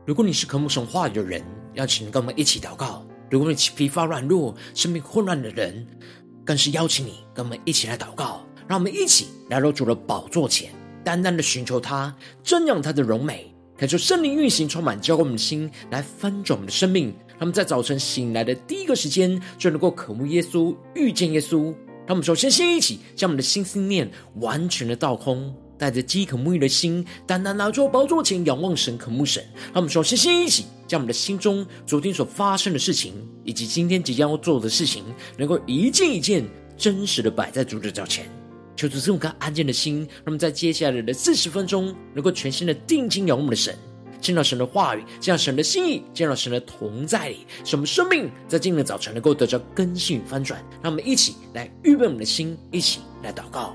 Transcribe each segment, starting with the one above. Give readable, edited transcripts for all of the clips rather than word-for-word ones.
如果你是渴慕神话语的人，邀请你跟我们一起祷告；如果你疲乏软弱、生命混乱的人，更是邀请你跟我们一起来祷告。让我们一起来到主的宝座前，单单的寻求他，瞻仰他的荣美，恳求圣灵运行充满，浇灌我们的心，来翻转我们的生命。让我们在早晨醒来的第一个时间，就能够渴慕耶稣，遇见耶稣。让我们首先一起将我们的心思念完全的倒空，带着饥渴沐浴的心，单单拿出宝座前仰望神，渴慕神。让我们首先一起将我们的心中昨天所发生的事情，以及今天即将要做的事情，能够一件一件真实的摆在主的脚前。求主赐我们安静的心，让我们在接下来的40分钟，能够全心的定睛仰望我们的神，见到神的话语，见到神的心意，见到神的同在里，使我们生命在今天的早晨能够得到更新与翻转。让我们一起来预备我们的心，一起来祷告。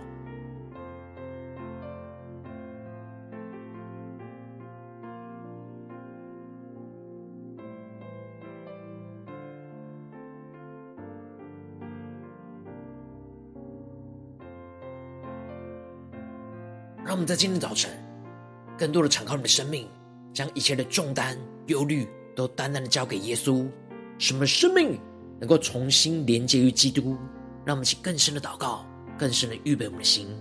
让我们在今天早晨更多的敞开我们的生命，将一切的重担忧虑都单单的交给耶稣，使我们的生命能够重新连接于基督。让我们一起更深的祷告，更深的预备我们的心。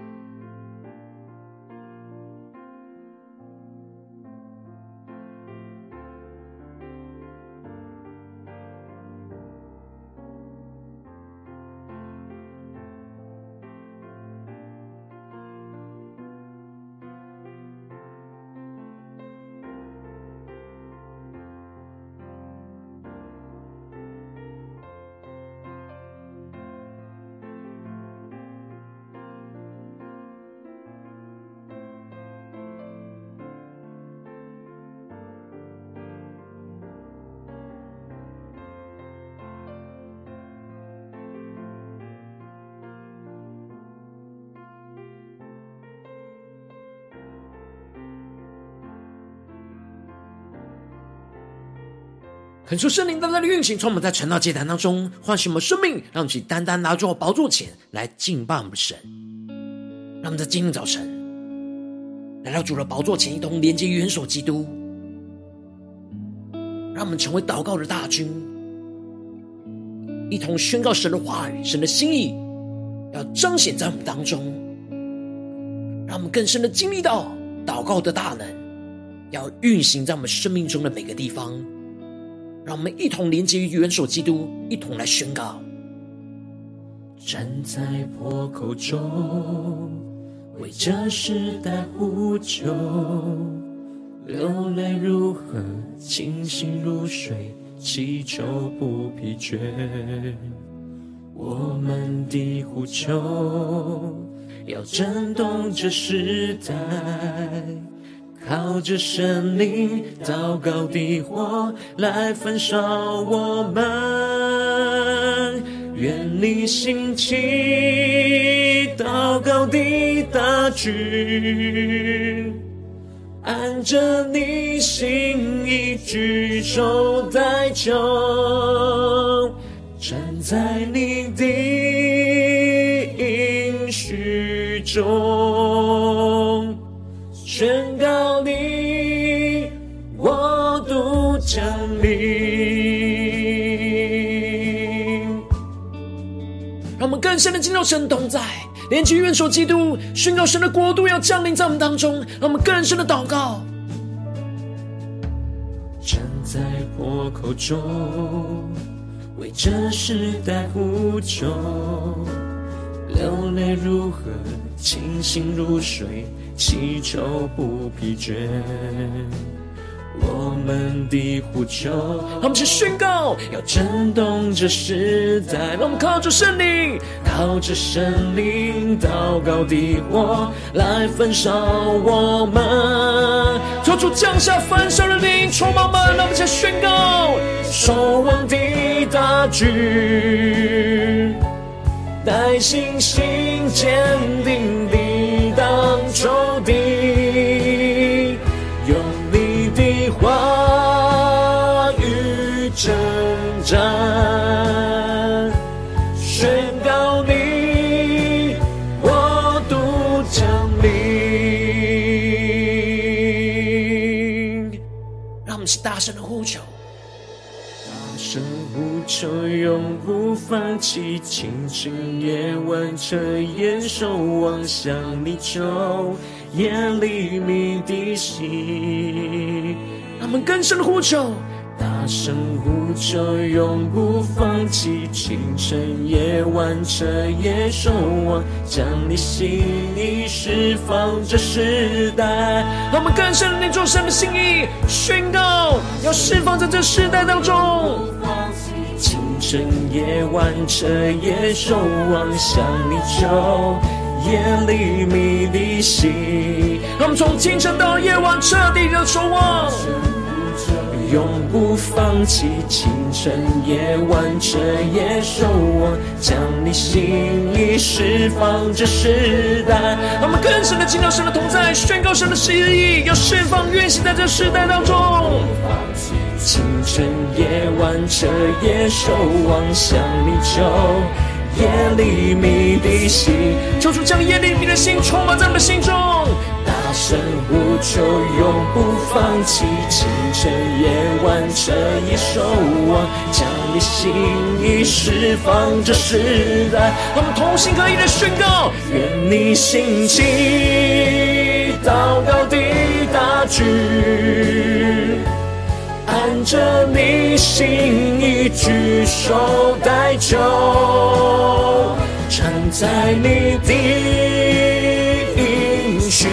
恳求圣灵单单的运行，从我们在晨祷祭坛当中唤醒我们生命，让我们一起单单拿住宝座前来敬拜我们的神。让我们在今天早晨来到主的宝座前，一同连接元首基督，让我们成为祷告的大军，一同宣告神的话语，神的心意要彰显在我们当中，让我们更深的经历到祷告的大能要运行在我们生命中的每个地方。让我们一同连接于元首基督，一同来宣告。 站在破口中，为这时代呼求，流泪如河，清醒如水，祈求不疲倦。我们的呼求要震动这时代，靠着圣灵祷告的火来焚烧我们，愿你兴起祷告的大军，按着你心意举手代求，站在你的应许中，宣告你我独降临。 让我们更深的进入神同在，连接元首基督，宣告神的国度要降临在我们当中。让我们更深的祷告。 站在破口中，为这时代呼求，流泪如河，清醒如水，祈求不疲倦。我们的呼求， 让我们去宣告， 要震动这时代。 让我们靠着圣灵， 靠着圣灵祷告的火来焚烧我们， 求主降下焚烧的灵充满我们。让我们去宣告， 守望的大军，带信心坚定地挡仇敌，用你的话语征战，宣告你我独降临。 们一起大声的呼求， 大声呼求，永不放弃，清晨夜晚彻夜守望，向你求，夜里迷的心。 让我们更深的呼求， 大声呼求，永不放弃，清晨夜晚彻夜守望，将你心意释放这时代。 让我们更深的领受神的心意，宣告要释放在这世代当中。 清晨夜晚彻夜守望，向你求，夜里迷的心。 让我们从清晨到夜晚彻底的守望， 永不放弃，清晨夜晚彻夜守望，将你心意释放这时代。 让我们更深的进到神的同在，宣告神的旨意，要释放运行在这世代当中。 清晨夜晚彻夜守望，向你求，夜里迷的心。 求主将夜里迷的心充满在我们心中， 大声呼求，永不放弃，清晨夜晚彻夜守望，将你心意释放这时代。 让我们同心合一的宣告， 愿你兴起祷告的大举，按着你心意举手代求，站在你的应许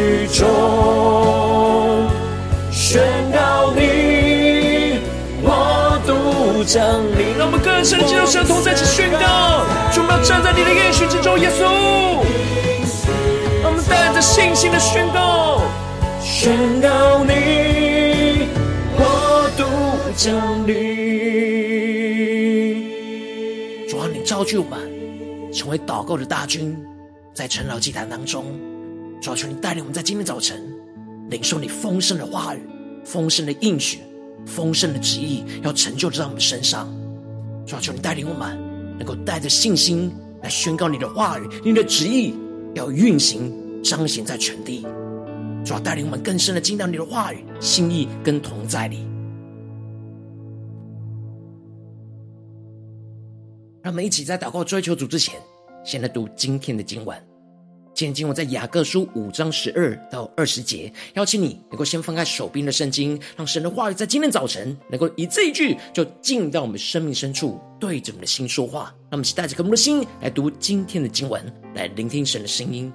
中，宣告你国度降临。 让我们更深的进入神的同在，一起宣告，主，我们要站在你的应许之中，耶稣。让我们带着信心的宣告， 宣告你国度降临。 主啊，你召聚我们成为祷告的大军，在晨祷祭坛当中，主啊，求你带领我们在今天早晨领受你丰盛的话语、丰盛的应许、丰盛的旨意，要成就在我们身上。主啊，求你带领我们能够带着信心来宣告你的话语、你的旨意，要运行彰显在全地。主啊，带领我们更深的进到你的话语、心意跟同在里。让我们一起在祷告追求主之前，先来读今天的经文。今天经文在雅各书5章12到20节，邀请你能够先翻开手边的圣经，让神的话语在今天早晨能够一字一句就进到我们生命深处，对着我们的心说话。让我们一起带着渴慕的心来读今天的经文，来聆听神的声音。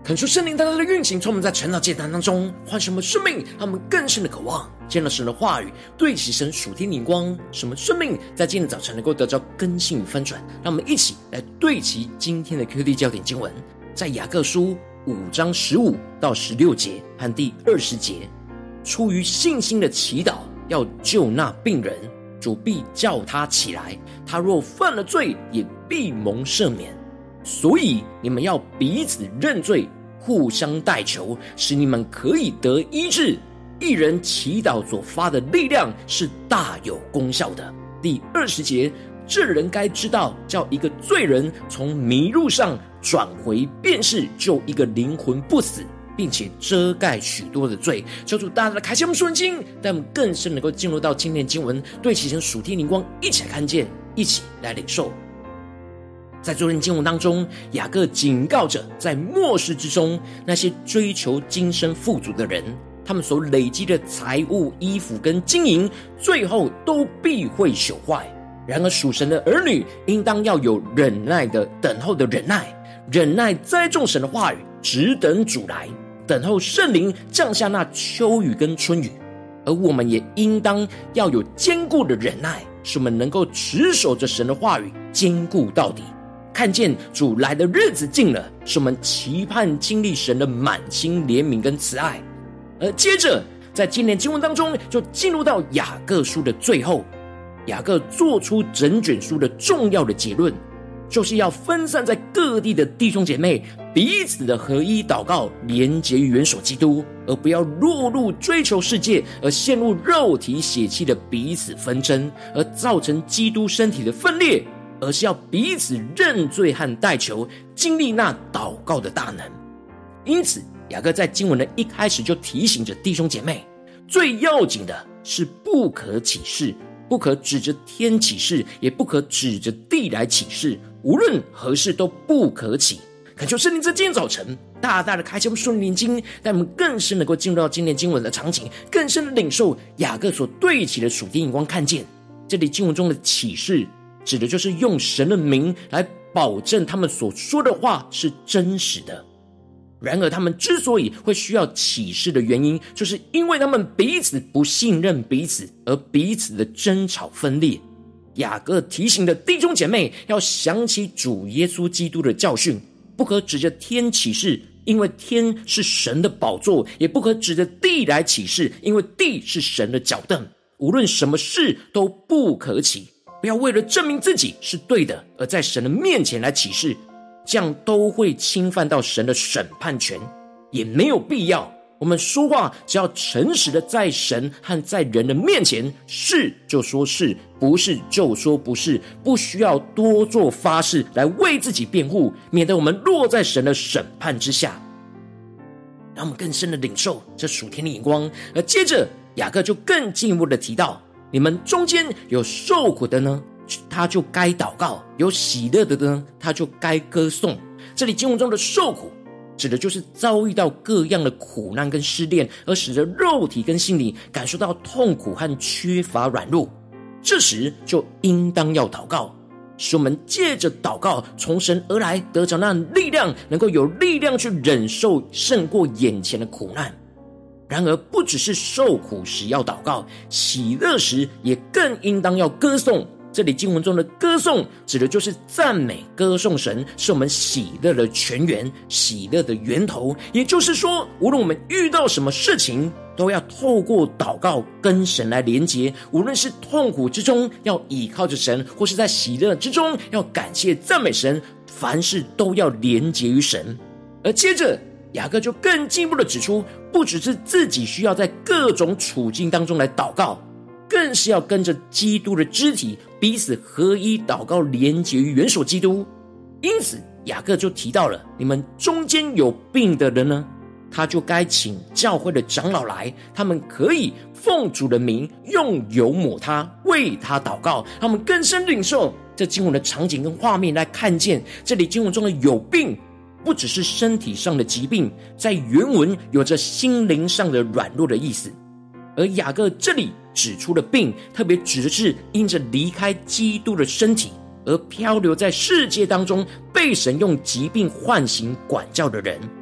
恳求圣灵大大的运行，从我们在晨祷祭坛当中唤醒我们生命，让我们更深的渴望见到神的话语，对齐神属天灵光，使我们生命在今天的早晨能够得到更新与翻转。让我们一起来对齐今天的 QD 焦点经文，在雅各书5章15到16节和第20节。出于信心的祈祷，要救那病人，主必叫他起来，他若犯了罪，也必蒙赦免。所以你们要彼此认罪，互相代求，使你们可以得医治。一人祈祷所发的力量是大有功效的。第20节，这人该知道，叫一个罪人从迷路上转回，便是救一个灵魂不死，并且遮盖许多的罪。求主大大的开启我们属灵经，让我们更深能够进入到今天的经文，对齐神属天灵光，一起来看见，一起来领受。在昨天经文当中，雅各警告着在末世之中，那些追求今生富足的人，他们所累积的财物、衣服跟金银，最后都必会朽坏。然而属神的儿女应当要有忍耐的等候的忍耐，忍耐栽种神的话语，只等主来，等候圣灵降下那秋雨跟春雨。而我们也应当要有坚固的忍耐，使我们能够持守着神的话语，坚固到底。看见主来的日子近了，使我们期盼经历神的满心怜悯跟慈爱。而接着在今年经文当中，就进入到雅各书的最后，雅各做出整卷书的重要的结论，就是要分散在各地的弟兄姐妹彼此的合一祷告，连结于元首基督，而不要落入追求世界而陷入肉体血气的彼此纷争，而造成基督身体的分裂，而是要彼此认罪和代求，经历那祷告的大能。因此雅各在经文的一开始就提醒着弟兄姐妹，最要紧的是不可起誓，不可指着天起誓，也不可指着地来起誓，无论何事都不可起。恳求圣灵在今天早晨大大的开启我们属灵经，让我们更深能够进入到今天经文的场景，更深的领受雅各所对齐的属天眼光，看见这里经文中的起誓指的就是用神的名来保证他们所说的话是真实的。然而他们之所以会需要起誓的原因，就是因为他们彼此不信任彼此，而彼此的争吵分裂。雅各提醒的弟兄姐妹要想起主耶稣基督的教训，不可指着天起誓，因为天是神的宝座，也不可指着地来起誓，因为地是神的脚凳。无论什么事都不可起，不要为了证明自己是对的，而在神的面前来起誓，这样都会侵犯到神的审判权，也没有必要。我们说话只要诚实的在神和在人的面前，是就说是，不是就说不是，不需要多做发誓来为自己辩护，免得我们落在神的审判之下。让我们更深的领受这属天的眼光。而接着雅各就更进一步的提到，你们中间有受苦的呢，他就该祷告；有喜乐的呢，他就该歌颂。这里经文中的受苦指的就是遭遇到各样的苦难跟试炼，而使得肉体跟心理感受到痛苦和缺乏软弱，这时就应当要祷告，使我们借着祷告从神而来，得着那力量，能够有力量去忍受胜过眼前的苦难。然而不只是受苦时要祷告，喜乐时也更应当要歌颂。这里经文中的歌颂指的就是赞美歌颂神，是我们喜乐的泉源，喜乐的源头。也就是说，无论我们遇到什么事情，都要透过祷告跟神来连结，无论是痛苦之中要倚靠着神，或是在喜乐之中要感谢赞美神，凡事都要连结于神。而接着雅各就更进一步的指出，不只是自己需要在各种处境当中来祷告，更是要跟着基督的肢体彼此合一祷告，连结于元首基督。因此雅各就提到了，你们中间有病的人呢，他就该请教会的长老来，他们可以奉主的名用油抹他，为他祷告。他们更深领受这经文的场景跟画面，来看见这里经文中的有病不只是身体上的疾病，在原文有着心灵上的软弱的意思。而雅各这里指出的病，特别指的是因着离开基督的身体而漂流在世界当中，被神用疾病唤醒管教的人。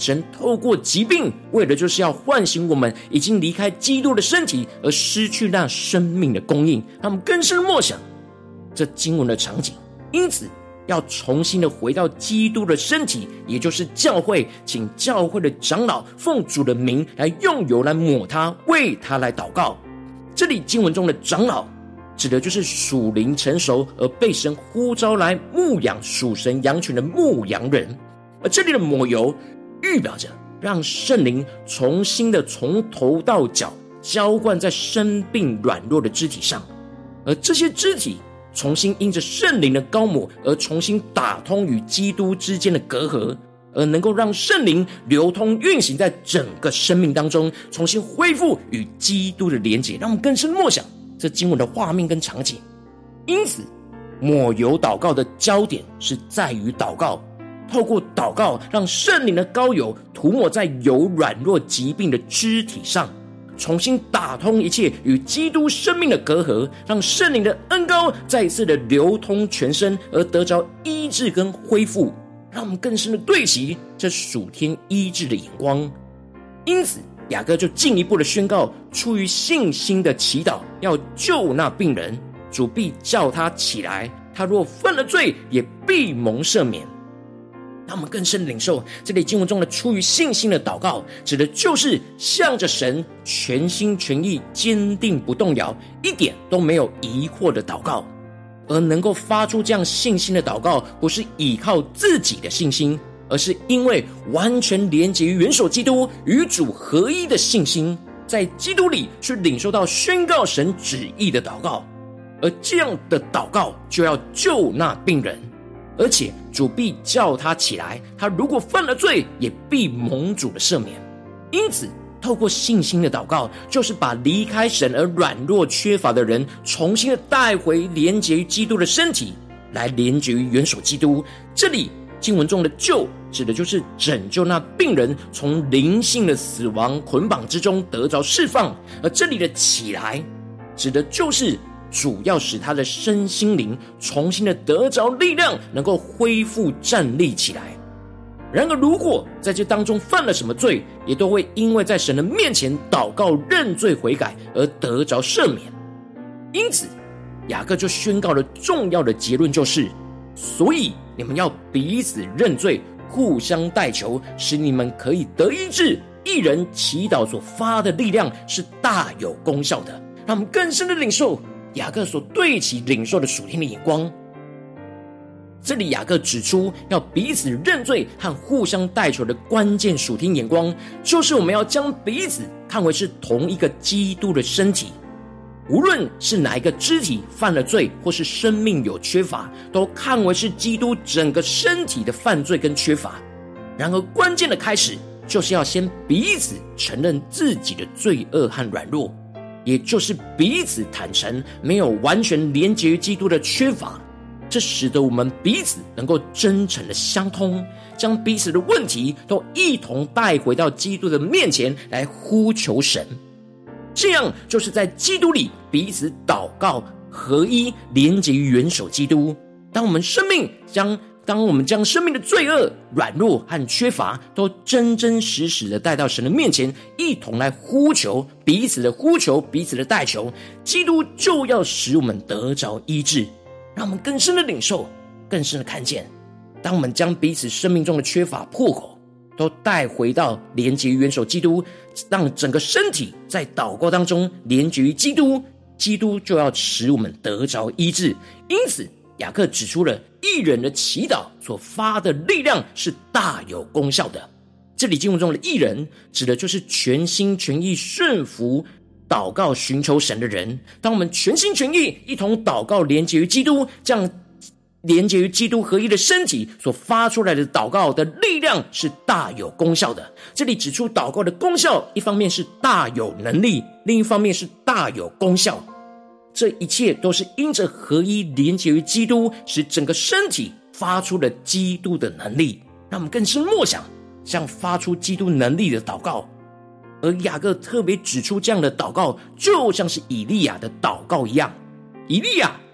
神透过疾病，为的就是要唤醒我们已经离开基督的身体而失去那生命的供应，让我们更深默想这经文的场景。因此要重新的回到基督的身体，也就是教会，请教会的长老奉主的名来用油来抹他，为他来祷告。这里经文中的长老指的就是属灵成熟而被神呼召来牧养属神羊群的牧羊人。而这里的抹油预表着让圣灵重新的从头到脚浇灌在生病软弱的肢体上，而这些肢体重新因着圣灵的膏抹而重新打通与基督之间的隔阂，而能够让圣灵流通运行在整个生命当中，重新恢复与基督的连结。让我们更深默想这经文的画面跟场景。因此抹油祷告的焦点是在于祷告，透过祷告让圣灵的膏油涂抹在有软弱疾病的肢体上，重新打通一切与基督生命的隔阂，让圣灵的恩膏再一次的流通全身，而得着医治跟恢复，让我们更深的对齐这属天医治的眼光。因此雅各就进一步的宣告，出于信心的祈祷要救那病人，主必叫他起来，他若犯了罪也必蒙赦免。让我们更深领受这里经文中的出于信心的祷告，指的就是向着神全心全意坚定不动摇，一点都没有疑惑的祷告。而能够发出这样信心的祷告，不是依靠自己的信心，而是因为完全连结于元首基督与主合一的信心，在基督里去领受到宣告神旨意的祷告。而这样的祷告就要救那病人，而且主必叫他起来，他如果犯了罪也必蒙主的赦免。因此透过信心的祷告，就是把离开神而软弱缺乏的人重新的带回连结于基督的身体，来连结于元首基督。这里经文中的救指的就是拯救那病人从灵性的死亡捆绑之中得着释放，而这里的起来指的就是主要使他的身心灵重新的得着力量，能够恢复站立起来。然而如果在这当中犯了什么罪，也都会因为在神的面前祷告认罪悔改而得着赦免。因此雅各就宣告了重要的结论，就是所以你们要彼此认罪，互相代求，使你们可以得医治。一人祈祷所发的力量是大有功效的。让我们更深的领受雅各所对其领受的属天的眼光。这里雅各指出要彼此认罪和互相代求的关键属天眼光，就是我们要将彼此看为是同一个基督的身体。无论是哪一个肢体犯了罪，或是生命有缺乏，都看为是基督整个身体的犯罪跟缺乏。然而关键的开始，就是要先彼此承认自己的罪恶和软弱，也就是彼此坦诚没有完全连结于基督的缺乏。这使得我们彼此能够真诚的相通，将彼此的问题都一同带回到基督的面前来呼求神。这样就是在基督里彼此祷告合一，连结于元首基督。当我们将生命的罪恶、软弱和缺乏都真真实实的带到神的面前，一同来呼求，彼此的呼求，彼此的代求，基督就要使我们得着医治。让我们更深的领受，更深的看见，当我们将彼此生命中的缺乏破口都带回到连结于元首基督，让整个身体在祷告当中连结于基督，基督就要使我们得着医治。因此雅各指出了一人的祈祷所发的力量是大有功效的。这里经文中的一人指的就是全心全意顺服祷告寻求神的人。当我们全心全意一同祷告连结于基督，这样连结于基督合一的身体所发出来的祷告的力量是大有功效的。这里指出祷告的功效，一方面是大有能力，另一方面是大有功效。这一切都是因着合一连结于基督，使整个身体发出了基督的能力。让我们更深默想像发出基督能力的祷告。而雅各特别指出，这样的祷告就像是以利亚的祷告一样。以利亚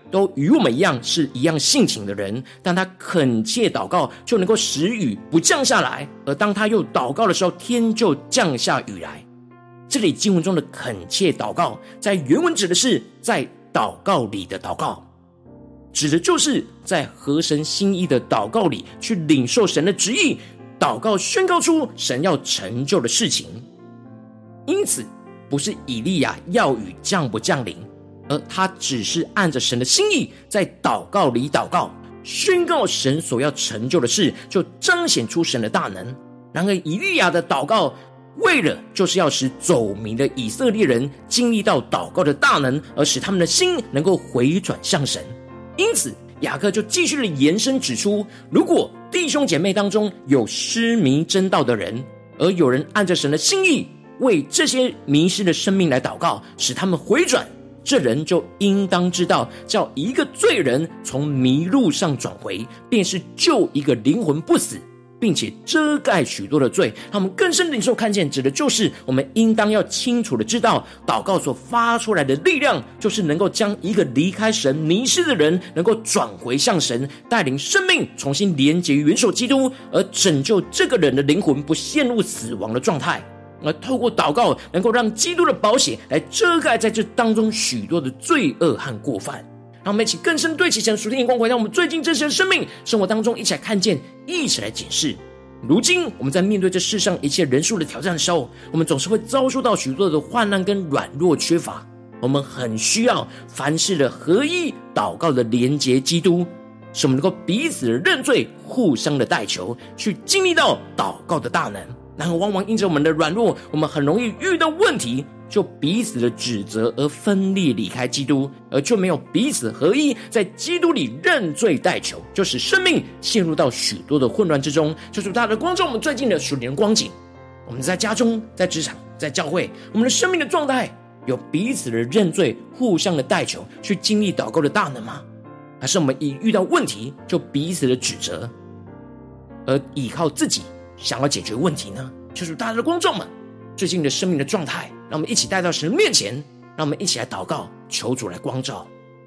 都与我们一样是一样性情的人，但他恳切祷告，就能够使雨不降下来，而当他又祷告的时候，天就降下雨来。这里经文中的恳切祷告，在原文指的是在祷告里的祷告，指的就是在合神心意的祷告里去领受神的旨意，祷告宣告出神要成就的事情。因此不是以利亚要雨降不降临，而他只是按着神的心意在祷告里祷告，宣告神所要成就的事，就彰显出神的大能。然而以利亚的祷告为了就是要使走迷的以色列人经历到祷告的大能，而使他们的心能够回转向神。因此雅各就继续的延伸指出，如果弟兄姐妹当中有失迷真道的人，而有人按着神的心意为这些迷失的生命来祷告，使他们回转，这人就应当知道，叫一个罪人从迷路上转回，便是救一个灵魂不死，并且遮盖许多的罪。他们更深领受看见，指的就是我们应当要清楚的知道，祷告所发出来的力量，就是能够将一个离开神迷失的人能够转回向神，带领生命重新连结元首基督，而拯救这个人的灵魂不陷入死亡的状态，而透过祷告能够让基督的宝血来遮盖在这当中许多的罪恶和过犯。让我们一起更深对齐神属天眼光，回到我们最近真实的生命生活当中，一起来看见，一起来检视。如今我们在面对这世上一切人数的挑战的时候，我们总是会遭受到许多的患难跟软弱缺乏，我们很需要凡事的合一祷告的连结基督，使我们能够彼此的认罪，互相的代求，去经历到祷告的大能。然而往往因着我们的软弱，我们很容易遇到问题，就彼此的指责而分裂离开基督，而却没有彼此合一，在基督里认罪代求，就使生命陷入到许多的混乱之中。求主大的光照我们最近的属灵的光景，我们在家中、在职场、在教会，我们的生命的状态有彼此的认罪、互相的代求，去经历祷告的大能吗？还是我们一遇到问题就彼此的指责，而依靠自己想要解决问题呢？求主大的光照们最近的生命的状态，让我们一起带到神的面前，让我们一起来祷告，求主来光照。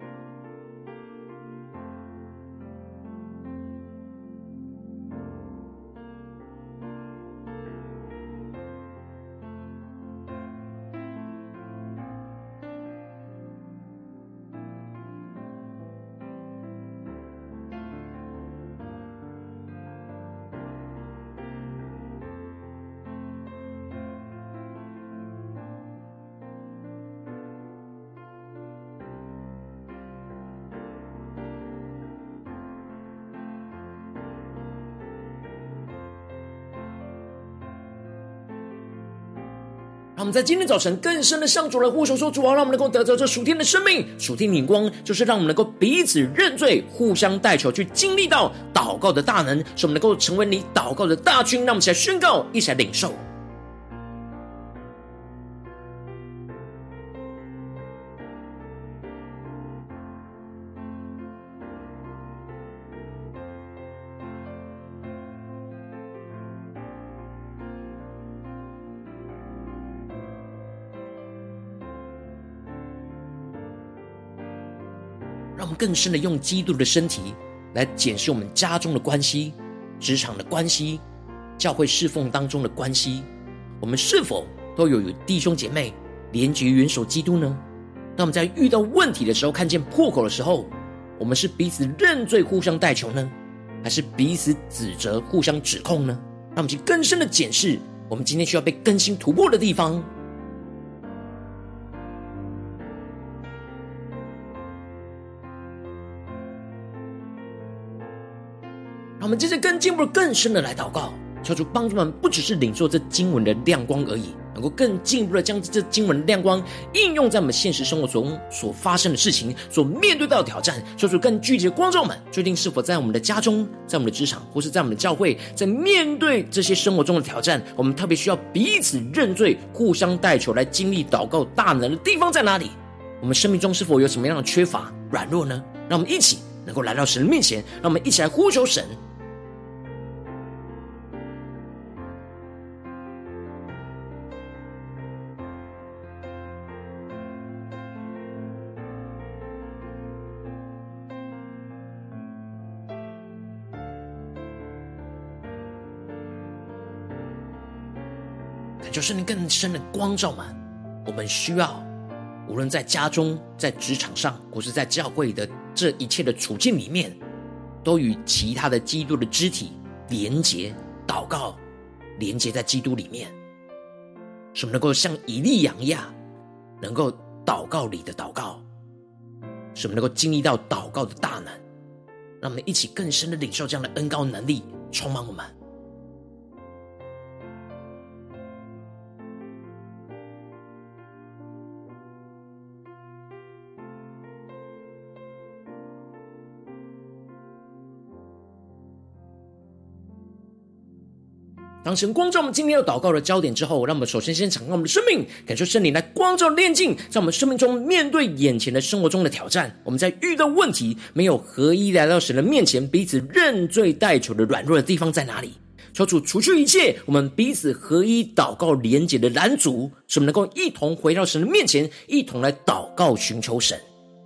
让我们在今天早晨更深的向主来呼求说，主啊，让我们能够得着这属天的生命、属天领光，就是让我们能够彼此认罪，互相代求，去经历到祷告的大能，使我们能够成为你祷告的大军。让我们一起来宣告，一起来领受。让我们更深的用基督的身体来检视我们家中的关系、职场的关系、教会侍奉当中的关系，我们是否都有与弟兄姐妹连结元首基督呢？当我们在遇到问题的时候，看见破口的时候，我们是彼此认罪互相代求呢，还是彼此指责互相指控呢？让我们去更深的检视我们今天需要被更新突破的地方。让我们接着更进一步更深的来祷告，求主帮助我们不只是领受这经文的亮光而已，能够更进一步的将这经文的亮光应用在我们现实生活中所发生的事情，所面对到的挑战。求主更具体的光照我们，决定是否在我们的家中，在我们的职场，或是在我们的教会，在面对这些生活中的挑战，我们特别需要彼此认罪，互相代求，来经历祷告大能的地方在哪里？我们生命中是否有什么样的缺乏软弱呢？让我们一起能够来到神的面前，让我们一起来呼求神。 恳求圣灵更深的光照们，我们需要无论在家中、在职场上，或是在教会的这一切的处境里面，都与其他的基督的肢体连结祷告，连结在基督里面，使我们能够像以利亚一样，能够祷告里的祷告，使我们能够经历到祷告的大能，让我们一起更深的领受这样的恩膏能力充满我们。当神光照我们今天要祷告的焦点之后，让我们首先敞开我们的生命，感受圣灵来光照炼净，在我们生命中面对眼前的生活中的挑战，我们在遇到问题没有合一来到神的面前，彼此认罪代求的软弱的地方在哪里？求主除去一切我们彼此合一祷告连结的拦阻，使我们能够一同回到神的面前，一同来祷告寻求神。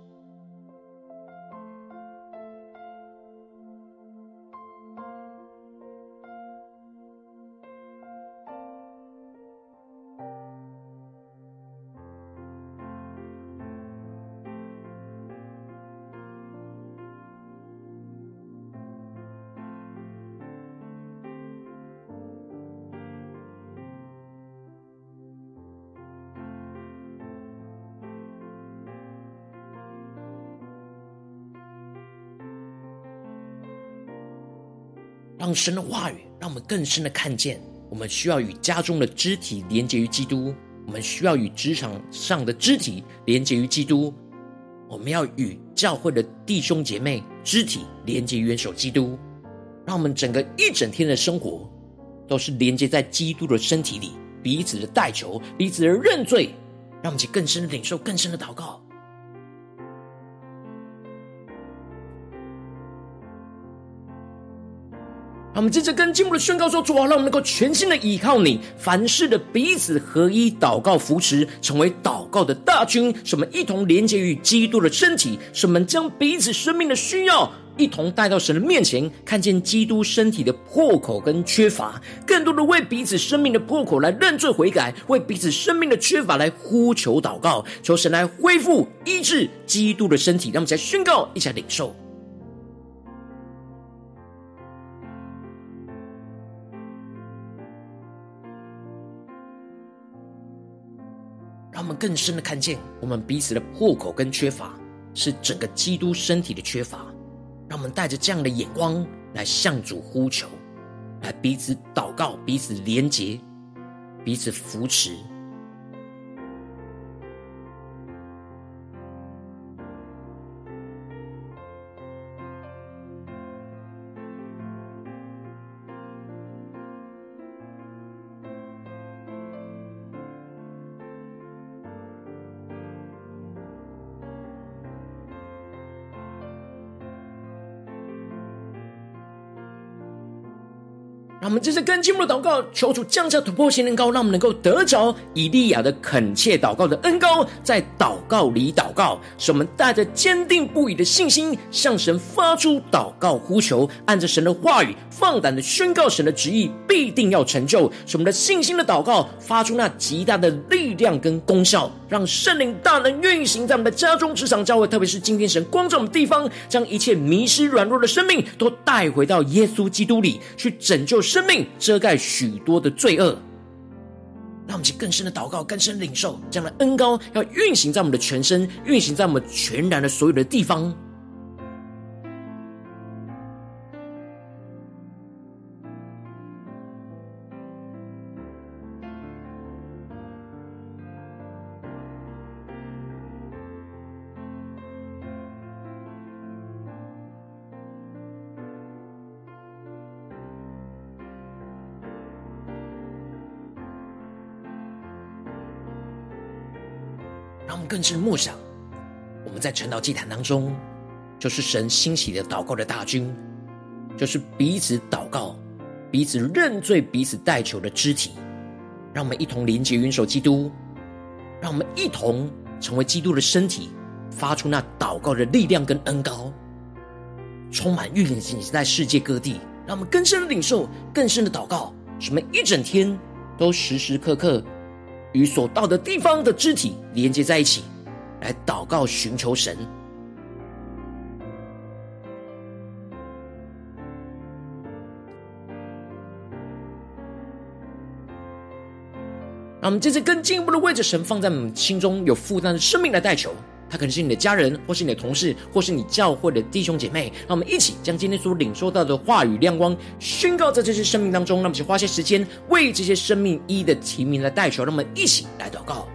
让神的话语让我们更深的看见，我们需要与家中的肢体连结于基督，我们需要与职场上的肢体连结于基督，我们要与教会的弟兄姐妹肢体连结于元首基督，让我们整个一整天的生活都是连接在基督的身体里，彼此的代求，彼此的认罪，让我们一起更深的领受，更深的祷告。让我们接着跟进步的宣告说，主啊，让我们能够全心的依靠你，凡事的彼此合一祷告扶持，成为祷告的大军，使我们一同连结于基督的身体，使我们将彼此生命的需要一同带到神的面前，看见基督身体的破口跟缺乏，更多的为彼此生命的破口来认罪悔改，为彼此生命的缺乏来呼求祷告，求神来恢复医治基督的身体。让我们再宣告，一起来领受。让我们更深的看见，我们彼此的破口跟缺乏是整个基督身体的缺乏，让我们带着这样的眼光来向主呼求，来彼此祷告，彼此连结，彼此扶持。让我们接着跟进入的祷告，求主降下突破性恩膏，让我们能够得着以利亚的恳切祷告的恩膏，在祷告里祷告，使我们带着坚定不移的信心向神发出祷告呼求，按着神的话语放胆的宣告神的旨意必定要成就，使我们的信心的祷告发出那极大的力量跟功效，让圣灵大能运行在我们的家中职场教会，特别是今天神光照我们地方，将一切迷失软弱的生命都带回到耶稣基督里，去拯救生命，遮盖许多的罪恶。让我们去更深的祷告，更深领受这样的恩膏要运行在我们的全身，运行在我们全然的所有的地方。让我们更深默想，我们在晨祷祭坛当中，就是神兴起的祷告的大军，就是彼此祷告，彼此认罪，彼此代求的肢体。让我们一同连结元首基督，让我们一同成为基督的身体，发出那祷告的力量跟恩膏，充满运行在世界各地。让我们更深的领受，更深的祷告，使我们一整天都时时刻刻与所到的地方的肢体连接在一起，来祷告寻求神。让我们接着更进一步的为着神放在我们心中有负担的生命来代求。他可能是你的家人，或是你的同事，或是你教会的弟兄姐妹。让我们一起将今天所领受到的话语亮光宣告在这些生命当中。让我们一起花些时间为这些生命一的提名来代求。让我们一起来祷告。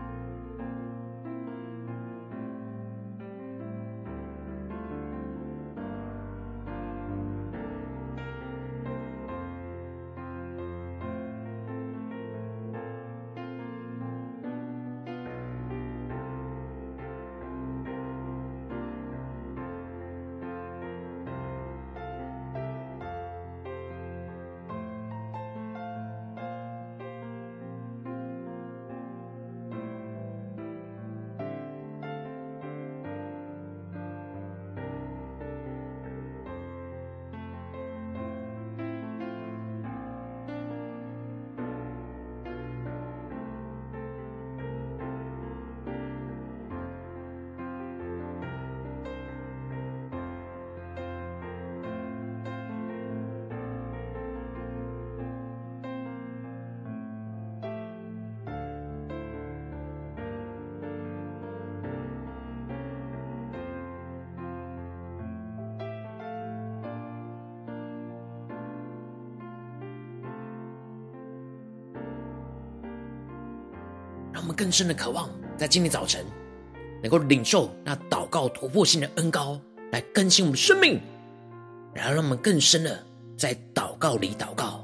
让我们更深的渴望在今天早晨能够领受那祷告突破性的恩膏，来更新我们的生命，然后让我们更深的在祷告里祷告。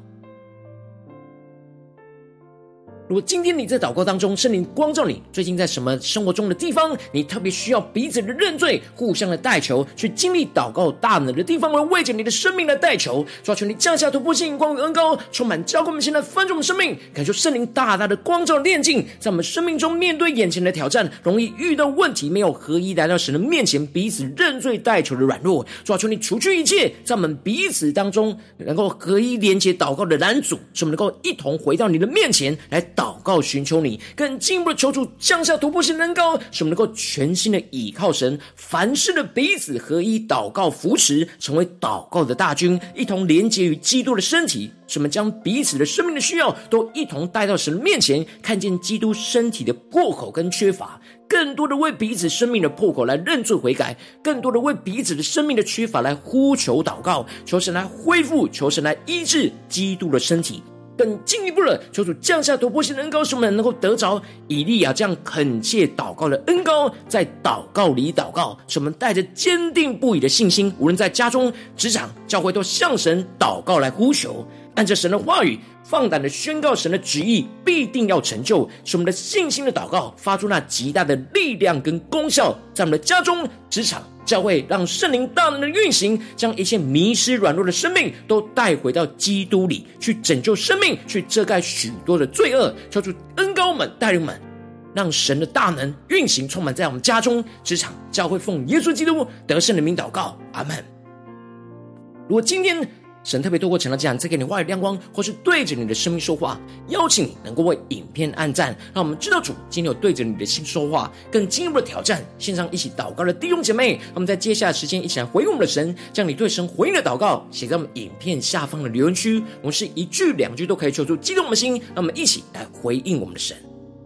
如果今天你在祷告当中，圣灵光照你最近在什么生活中的地方，你特别需要彼此的认罪，互相的代求，去经历祷告大能的地方，为着你的生命来代求。求你降下突破性光与恩膏，充满浇灌我们现在翻转我们生命，感受圣灵大大的光照炼净，在我们生命中面对眼前的挑战，容易遇到问题没有合一来到神的面前，彼此认罪代求的软弱。求你除去一切在我们彼此当中能够合一连结祷告的拦阻，使我们能够一同回到你的面前来祷告寻求你，更进一步的求主降下突破性的恩膏，使我们能够全心的倚靠神，凡事的彼此合一祷告扶持，成为祷告的大军，一同连结于基督的身体，使我们将彼此的生命的需要都一同带到神的面前，看见基督身体的破口跟缺乏，更多的为彼此生命的破口来认罪悔改，更多的为彼此的生命的缺乏来呼求祷告，求神来恢复，求神来医治基督的身体。更进一步的求主降下突破性的恩膏，使我们能够得着以利亚这样恳切祷告的恩膏，在祷告里祷告，使我们带着坚定不移的信心，无论在家中、职场、教会，都向神祷告来呼求，按着神的话语放胆的宣告神的旨意必定要成就，使我们的信心的祷告发出那极大的力量跟功效，在我们的家中、职场、教会，让圣灵大能的运行，将一切迷失软弱的生命都带回到基督里，去拯救生命，去遮盖许多的罪恶。求主恩膏们带领们，让神的大能运行充满在我们家中、职场、教会，奉耶稣基督得胜的名祷告，阿们。如果今天神特别透过陈老这样再给你话语亮光，或是对着你的生命说话，邀请你能够为影片按赞，让我们知道主今天有对着你的心说话，更进一步的挑战线上一起祷告的弟兄姐妹，让我们在接下来的时间一起来回应我们的神，将你对神回应的祷告写在我们影片下方的留言区，我们是一句两句都可以求出激动我们的心，让我们一起来回应我们的神。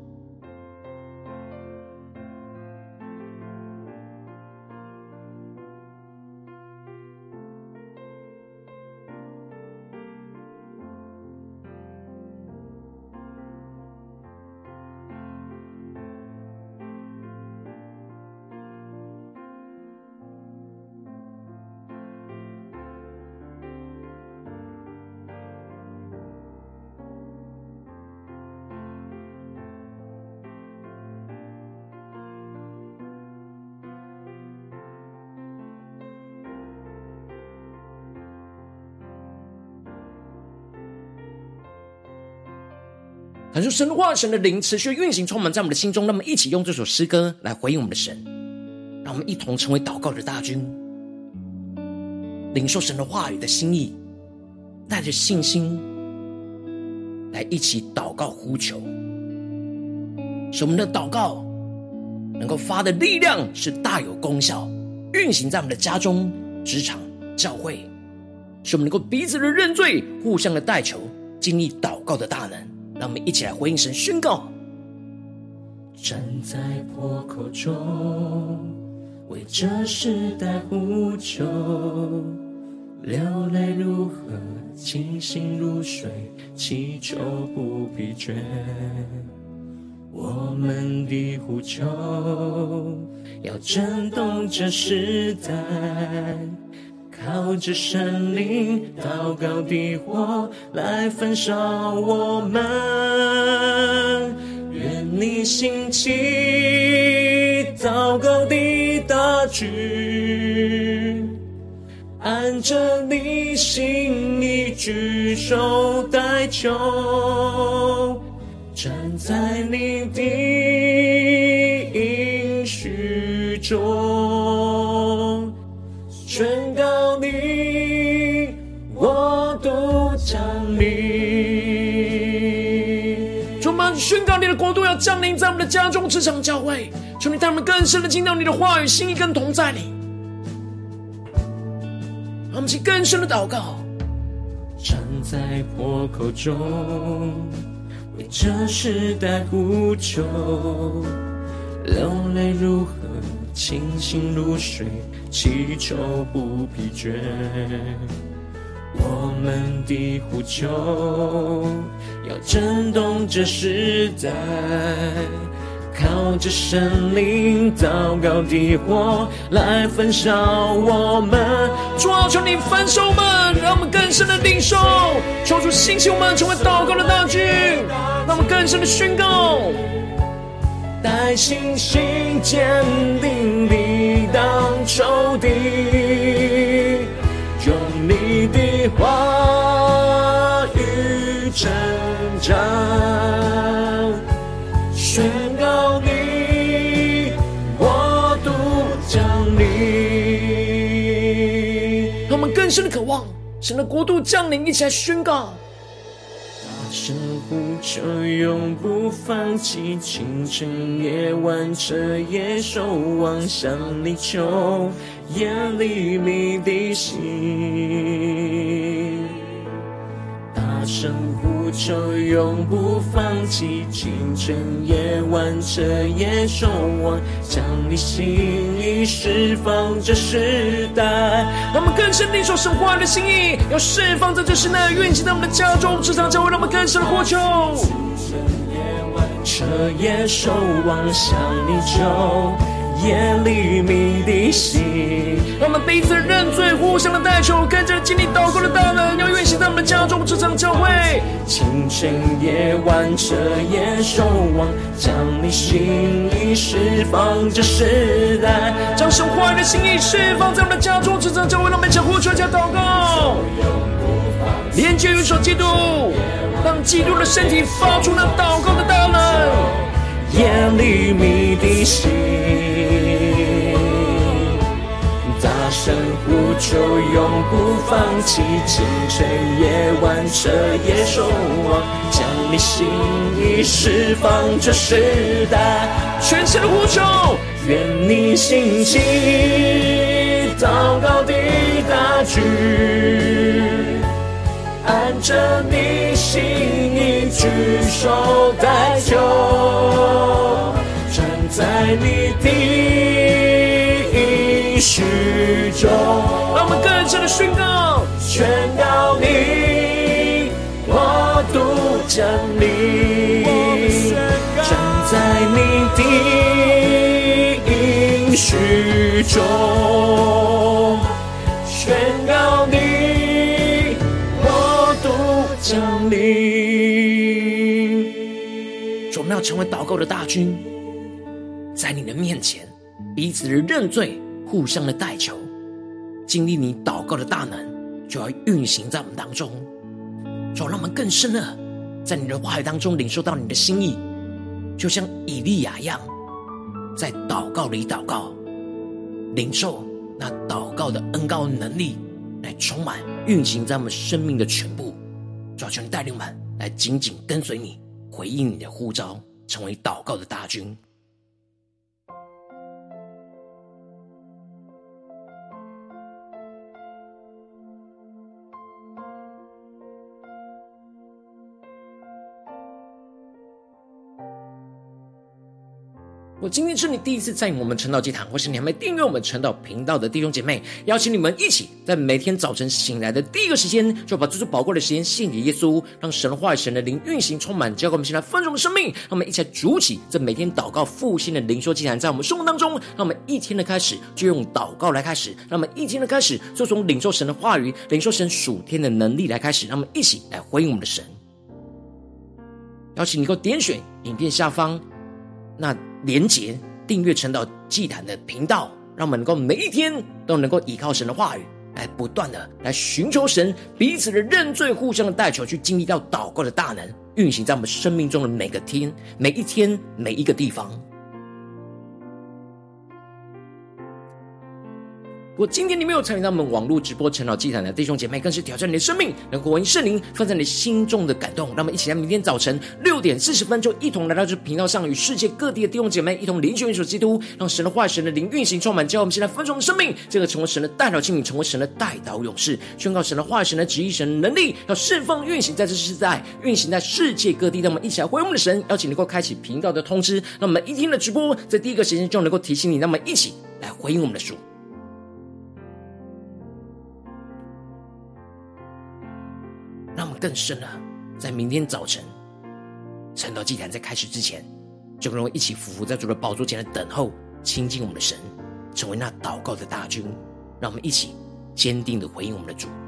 感受神的话，神的灵持续运行充满在我们的心中，让我们一起用这首诗歌来回应我们的神，让我们一同成为祷告的大军，领受神的话语的心意，带着信心来一起祷告呼求，使我们的祷告能够发的力量是大有功效，运行在我们的家中、职场、教会，使我们能够彼此的认罪，互相的代求，经历祷告的大能。让我们一起来回应神宣告： 站在破口中，为这时代呼求，流泪如河，清醒如水，祈求不疲倦。我们的呼求要震动这时代，靠着圣灵祷告的火来焚烧我们。愿你兴起祷告的大局，按着你心意举手代求，站在你的应许中，宣告你我都降临。 主啊，宣告你的国度要降临在我们的家中、职场、教会，求你带我们更深的进到你的话语、心意跟同在里。让我们去更深的祷告， 站在破口中，为这时代呼求，流泪如河，清醒如水，祈求不疲倦。我们的呼求要震动这时代，靠着圣灵祷告的火来焚烧我们。 主啊，求你焚烧我们，让我们更深的领受，求主兴起我们成为祷告的大军，让我们更深的宣告， 带信心坚定地挡仇敌，用你的话语成长，宣告你国度降临。 让我们更深的渴望神的国度降临，一起来宣告。 大声呼求，永不放弃，清晨夜晚彻夜守望，向你求，眼里你的心。大声呼求，永不放弃，清晨夜晚彻夜守望，将你心意释放这时代。 让我们更深领受神话语的心意，要释放在这时代，运行在我们的家中、职场、教会，让我们更深的呼求。 彻夜守望，向你求，眼里你的心。 让我们彼此认罪，互相的代求，跟着经历祷告的大能，要运行在我们的家中、职场、教会。 清晨夜晚彻夜守望，将你心意释放这时代， 将神话语的心意释放在我们的家中、职场、教会，让我们一起呼求、加祷告，连接于主基督，让基督的身体发出那祷告的大能， 眼里你的心。大声呼求，永不放弃，清晨夜晚彻夜守望，将你心意释放这时代。 全心的呼求， 愿你兴起祷告的大局，按着你心意举手代求，站在你的应许中。 让我们更深的宣告， 宣告你国度降临，站在你的应许中，宣告你国度降临。 主，我们要成为祷告的大军，在你的面前彼此的认罪，互相的代求，经历你祷告的大能就要运行在我们当中。主，让我们更深的在你的话语当中领受到你的心意，就像以利亚一样，在祷告里祷告，领受那祷告的恩膏能力来充满运行在我们生命的全部。主，求你带领我们来紧紧跟随你，回应你的呼召，成为祷告的大军。我今天是你第一次参与我们晨祷祭坛，或是你还没订阅我们晨祷频道的弟兄姐妹，邀请你们一起在每天早晨醒来的第一个时间，就把这最宝贵的时间献给耶稣，让神的话语、神的灵运行充满，交给我们现在丰盛的生命。让我们一起来筑起这每天祷告复兴的灵修祭坛，在我们生活当中，让我们一天的开始就用祷告来开始，让我们一天的开始就从领受神的话语、领受神属天的能力来开始，让我们一起来回应我们的神。邀请你能够点选影片下方那连结订阅晨祷祭坛的频道，让我们能够每一天都能够依靠神的话语，来不断的来寻求神，彼此的认罪，互相的代求，去经历到祷告的大能运行在我们生命中的每个天、每一天、每一个地方。如果今天你没有参与到我们网络直播晨祷祭坛的弟兄姐妹，更是挑战你的生命，能够回应圣灵放在你心中的感动。让我们一起来明天早晨6点40分，就一同来到这频道上，与世界各地的弟兄姐妹一同联结元首基督，让神的话语、神的灵运行充满，教我们现在分盛的生命，这个成为神的代祷器皿，成为神的代祷勇士，宣告神的话语、神的旨意、神的能力，要释放运行在这世代，运行在世界各地。让我们一起来回应我们的神，邀请能够开启频道的通知，让我们一天的直播在第一个时间就能够提醒你，让我们一起来回应我们的主。让我们更深的在明天早晨晨祷祭坛在开始之前，就跟我一起匍匐在主的宝座前来等候亲近我们的神，成为那祷告的大军。让我们一起坚定的回应我们的主。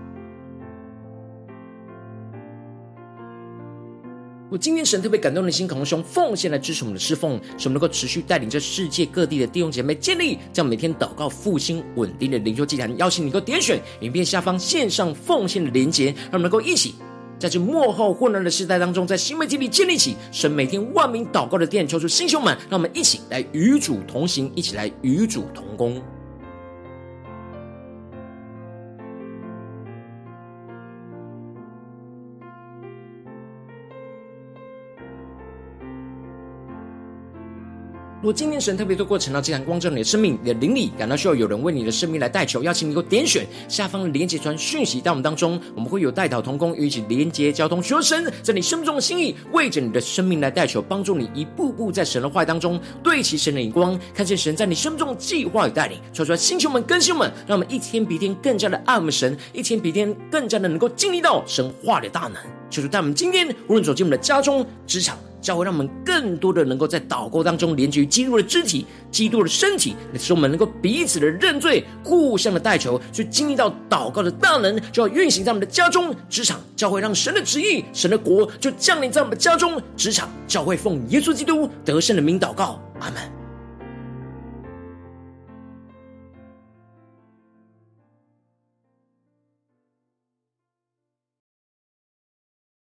我今天神特别感动的心，渴望用奉献来支持我们的侍奉，使我们能够持续带领着世界各地的弟兄姐妹建立这样每天祷告复兴稳定的灵修祭坛。邀请你能够点选影片下方线上奉献的连结，让我们能够一起在这末后混乱的时代当中，在新媒体里建立起神每天万名祷告的殿，求出弟兄们，让我们一起来与主同行，一起来与主同工。如果今天神特别透过晨祷祭坛光照你的生命，你的灵里感到需要有人为你的生命来代求，邀请你能够点选下方的连结传讯息到我们当中，我们会有代祷同工与一起连结交通，求神在你生命中的心意为着你的生命来代求，帮助你一步步在神的话语当中对齐神的眼光，看见神在你生命中的计划与带领。说出来星球们更新们，让我们一天比一天更加的爱我们神，一天比一天更加的能够经历到神话的大能。求主带我们今天无论走进我们的家中、职场、教会，让我们更多的能够在祷告当中连接于基督的肢体、基督的身体，使我们能够彼此的认罪，互相的代求，去经历到祷告的大能，就要运行在我们的家中、职场、教会，让神的旨意、神的国就降临在我们的家中、职场、教会，奉耶稣基督得胜的名祷告，阿们。